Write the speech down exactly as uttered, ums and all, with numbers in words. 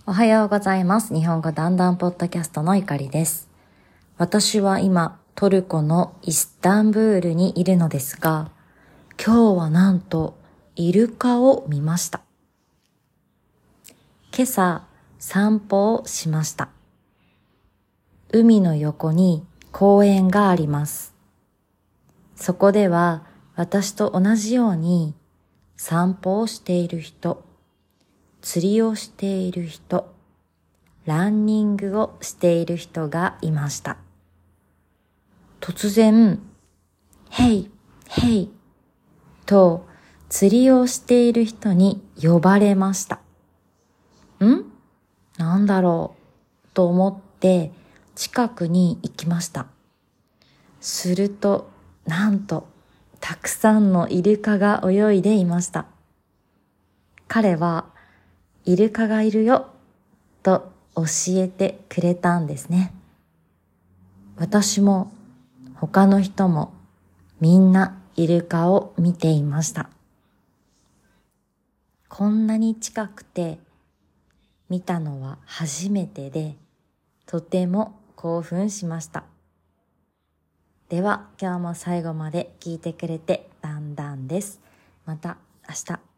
おはようございます。日本語だんだんポッドキャストのゆかりです。私は今トルコのイスタンブールにいるのですが、今日はなんとイルカを見ました。今朝散歩をしました。海の横に公園があります。そこでは私と同じように散歩をしている人、釣りをしている人、ランニングをしている人がいました。突然、ヘイ、ヘイと釣りをしている人に呼ばれました。ん?なんだろうと思って近くに行きました。すると、なんとたくさんのイルカが泳いでいました。彼はイルカがいるよと教えてくれたんですね。私も他の人もみんなイルカを見ていました。こんなに近くて見たのは初めてで、とても興奮しました。では今日も最後まで聞いてくれてだんだんです。また明日。